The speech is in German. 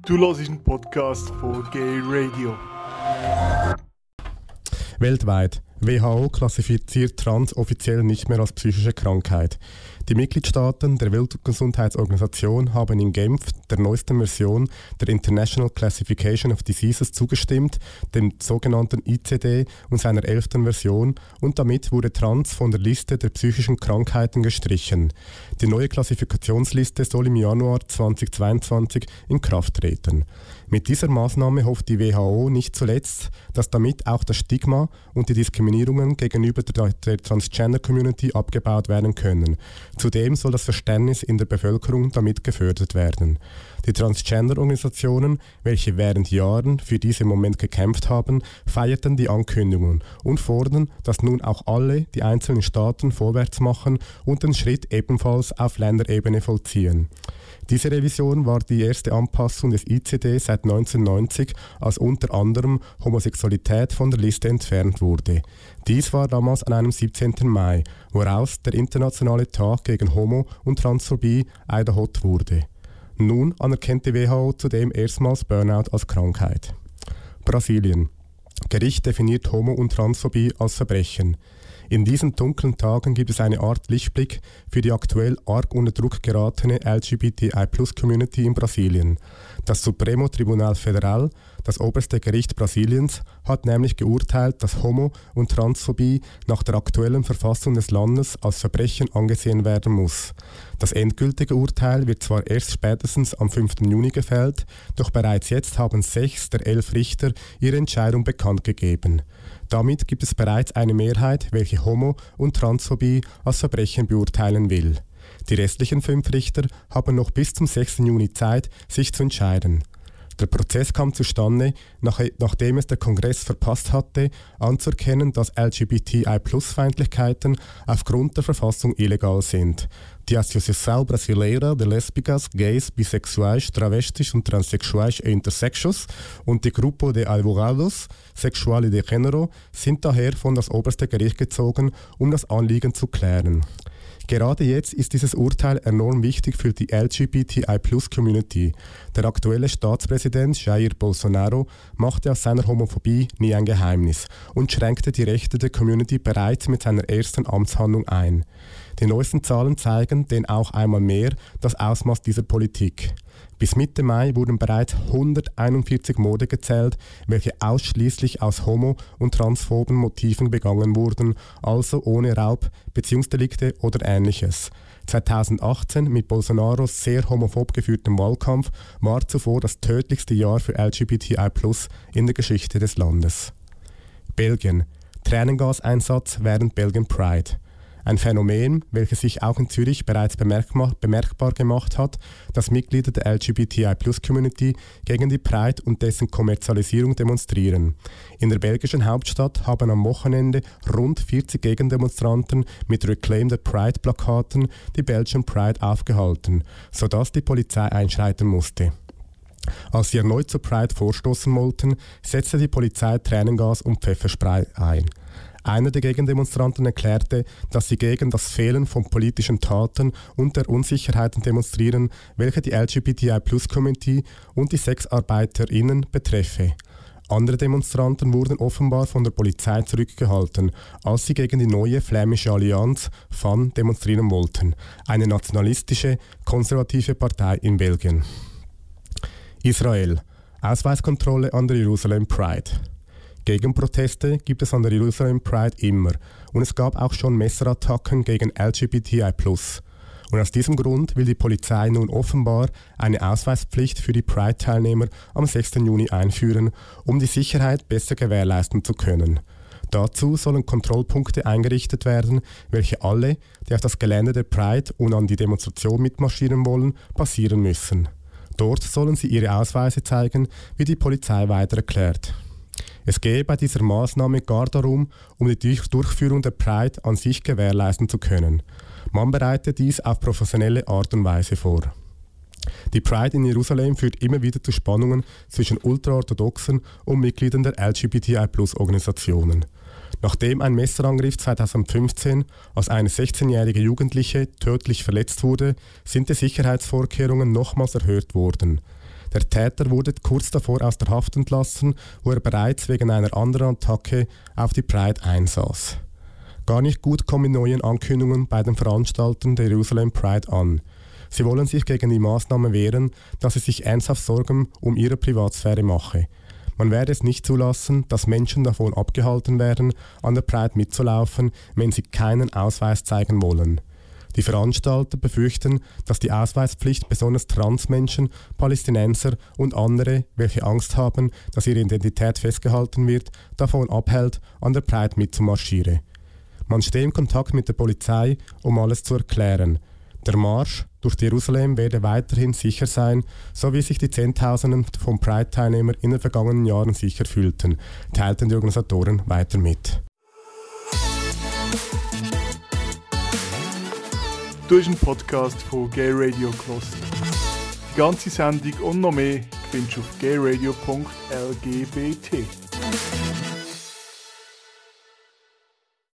Du hörst einen Podcast von Gay Radio. Weltweit. WHO klassifiziert Trans offiziell nicht mehr als psychische Krankheit. Die Mitgliedstaaten der Weltgesundheitsorganisation haben in Genf der neuesten Version der International Classification of Diseases zugestimmt, dem sogenannten ICD und seiner 11. Version, und damit wurde Trans von der Liste der psychischen Krankheiten gestrichen. Die neue Klassifikationsliste soll im Januar 2022 in Kraft treten. Mit dieser Maßnahme hofft die WHO nicht zuletzt, dass damit auch das Stigma und die Diskriminierungen gegenüber der Transgender-Community abgebaut werden können. Zudem soll das Verständnis in der Bevölkerung damit gefördert werden. Die Transgender-Organisationen, welche während Jahren für diesen Moment gekämpft haben, feierten die Ankündigungen und fordern, dass nun auch alle die einzelnen Staaten vorwärts machen und den Schritt ebenfalls auf Länderebene vollziehen. Diese Revision war die erste Anpassung des ICD seit 1990, als unter anderem Homosexualität von der Liste entfernt wurde. Dies war damals an einem 17. Mai, woraus der internationale Tag gegen Homo- und Transphobie Idaho't wurde. Nun anerkennt die WHO zudem erstmals Burnout als Krankheit. Brasilien. Gericht definiert Homo- und Transphobie als Verbrechen. In diesen dunklen Tagen gibt es eine Art Lichtblick für die aktuell arg unter Druck geratene LGBTI+-Community in Brasilien. Das Supremo Tribunal Federal, das oberste Gericht Brasiliens, hat nämlich geurteilt, dass Homo- und Transphobie nach der aktuellen Verfassung des Landes als Verbrechen angesehen werden muss. Das endgültige Urteil wird zwar erst spätestens am 5. Juni gefällt, doch bereits jetzt haben 6 der 11 Richter ihre Entscheidung bekannt gegeben. Damit gibt es bereits eine Mehrheit, welche Homo- und Transphobie als Verbrechen beurteilen will. Die restlichen 5 Richter haben noch bis zum 6. Juni Zeit, sich zu entscheiden. Der Prozess kam zustande, nachdem es der Kongress verpasst hatte, anzuerkennen, dass LGBTI+-Feindlichkeiten aufgrund der Verfassung illegal sind. Die Associação Brasileira de Lésbicas, Gays, Bissexuais, Travestis und Transsexuais e Intersexos und die Grupo de Advogados Sexual y de Género sind daher von das oberste Gericht gezogen, um das Anliegen zu klären. Gerade jetzt ist dieses Urteil enorm wichtig für die LGBTI+-Community. Der aktuelle Staatspräsident Jair Bolsonaro machte aus seiner Homophobie nie ein Geheimnis und schränkte die Rechte der Community bereits mit seiner ersten Amtshandlung ein. Die neuesten Zahlen zeigen denn auch einmal mehr das Ausmaß dieser Politik. Bis Mitte Mai wurden bereits 141 Morde gezählt, welche ausschließlich aus homo- und transphoben Motiven begangen wurden, also ohne Raub, Beziehungsdelikte oder Ähnliches. 2018, mit Bolsonaros sehr homophob geführtem Wahlkampf, war zuvor das tödlichste Jahr für LGBTI+ in der Geschichte des Landes. Belgien. Tränengaseinsatz während Belgian Pride. Ein Phänomen, welches sich auch in Zürich bereits bemerkbar gemacht hat, dass Mitglieder der LGBTI+-Community gegen die Pride und dessen Kommerzialisierung demonstrieren. In der belgischen Hauptstadt haben am Wochenende rund 40 Gegendemonstranten mit Reclaim the Pride-Plakaten die Belgian Pride aufgehalten, sodass die Polizei einschreiten musste. Als sie erneut zur Pride vorstoßen wollten, setzte die Polizei Tränengas und Pfefferspray ein. Einer der Gegendemonstranten erklärte, dass sie gegen das Fehlen von politischen Taten und der Unsicherheiten demonstrieren, welche die LGBTI+-Community und die SexarbeiterInnen betreffe. Andere Demonstranten wurden offenbar von der Polizei zurückgehalten, als sie gegen die neue flämische Allianz FAN demonstrieren wollten, eine nationalistische, konservative Partei in Belgien. Israel. Ausweiskontrolle an der Jerusalem Pride. Gegenproteste gibt es an der Jerusalem Pride immer und es gab auch schon Messerattacken gegen LGBTI+. Und aus diesem Grund will die Polizei nun offenbar eine Ausweispflicht für die Pride-Teilnehmer am 6. Juni einführen, um die Sicherheit besser gewährleisten zu können. Dazu sollen Kontrollpunkte eingerichtet werden, welche alle, die auf das Gelände der Pride und an die Demonstration mitmarschieren wollen, passieren müssen. Dort sollen sie ihre Ausweise zeigen, wie die Polizei weiter erklärt. Es gehe bei dieser Maßnahme gar darum, um die Durchführung der Pride an sich gewährleisten zu können. Man bereitet dies auf professionelle Art und Weise vor. Die Pride in Jerusalem führt immer wieder zu Spannungen zwischen ultraorthodoxen und Mitgliedern der LGBTI+-Organisationen. Nachdem ein Messerangriff 2015, als eine 16-jährige Jugendliche tödlich verletzt wurde, sind die Sicherheitsvorkehrungen nochmals erhöht worden. Der Täter wurde kurz davor aus der Haft entlassen, wo er bereits wegen einer anderen Attacke auf die Pride einsaß. Gar nicht gut kommen die neuen Ankündigungen bei den Veranstaltern der Jerusalem Pride an. Sie wollen sich gegen die Maßnahme wehren, dass sie sich ernsthaft Sorgen um ihre Privatsphäre mache. Man werde es nicht zulassen, dass Menschen davon abgehalten werden, an der Pride mitzulaufen, wenn sie keinen Ausweis zeigen wollen. Die Veranstalter befürchten, dass die Ausweispflicht besonders Transmenschen, Palästinenser und andere, welche Angst haben, dass ihre Identität festgehalten wird, davon abhält, an der Pride mitzumarschieren. Man stehe in Kontakt mit der Polizei, um alles zu erklären. Der Marsch durch Jerusalem werde weiterhin sicher sein, so wie sich die Zehntausenden von Pride-Teilnehmern in den vergangenen Jahren sicher fühlten, teilten die Organisatoren weiter mit. Du hast einen Podcast von Gay Radio gehört. Die ganze Sendung und noch mehr findest du auf gayradio.lgbt.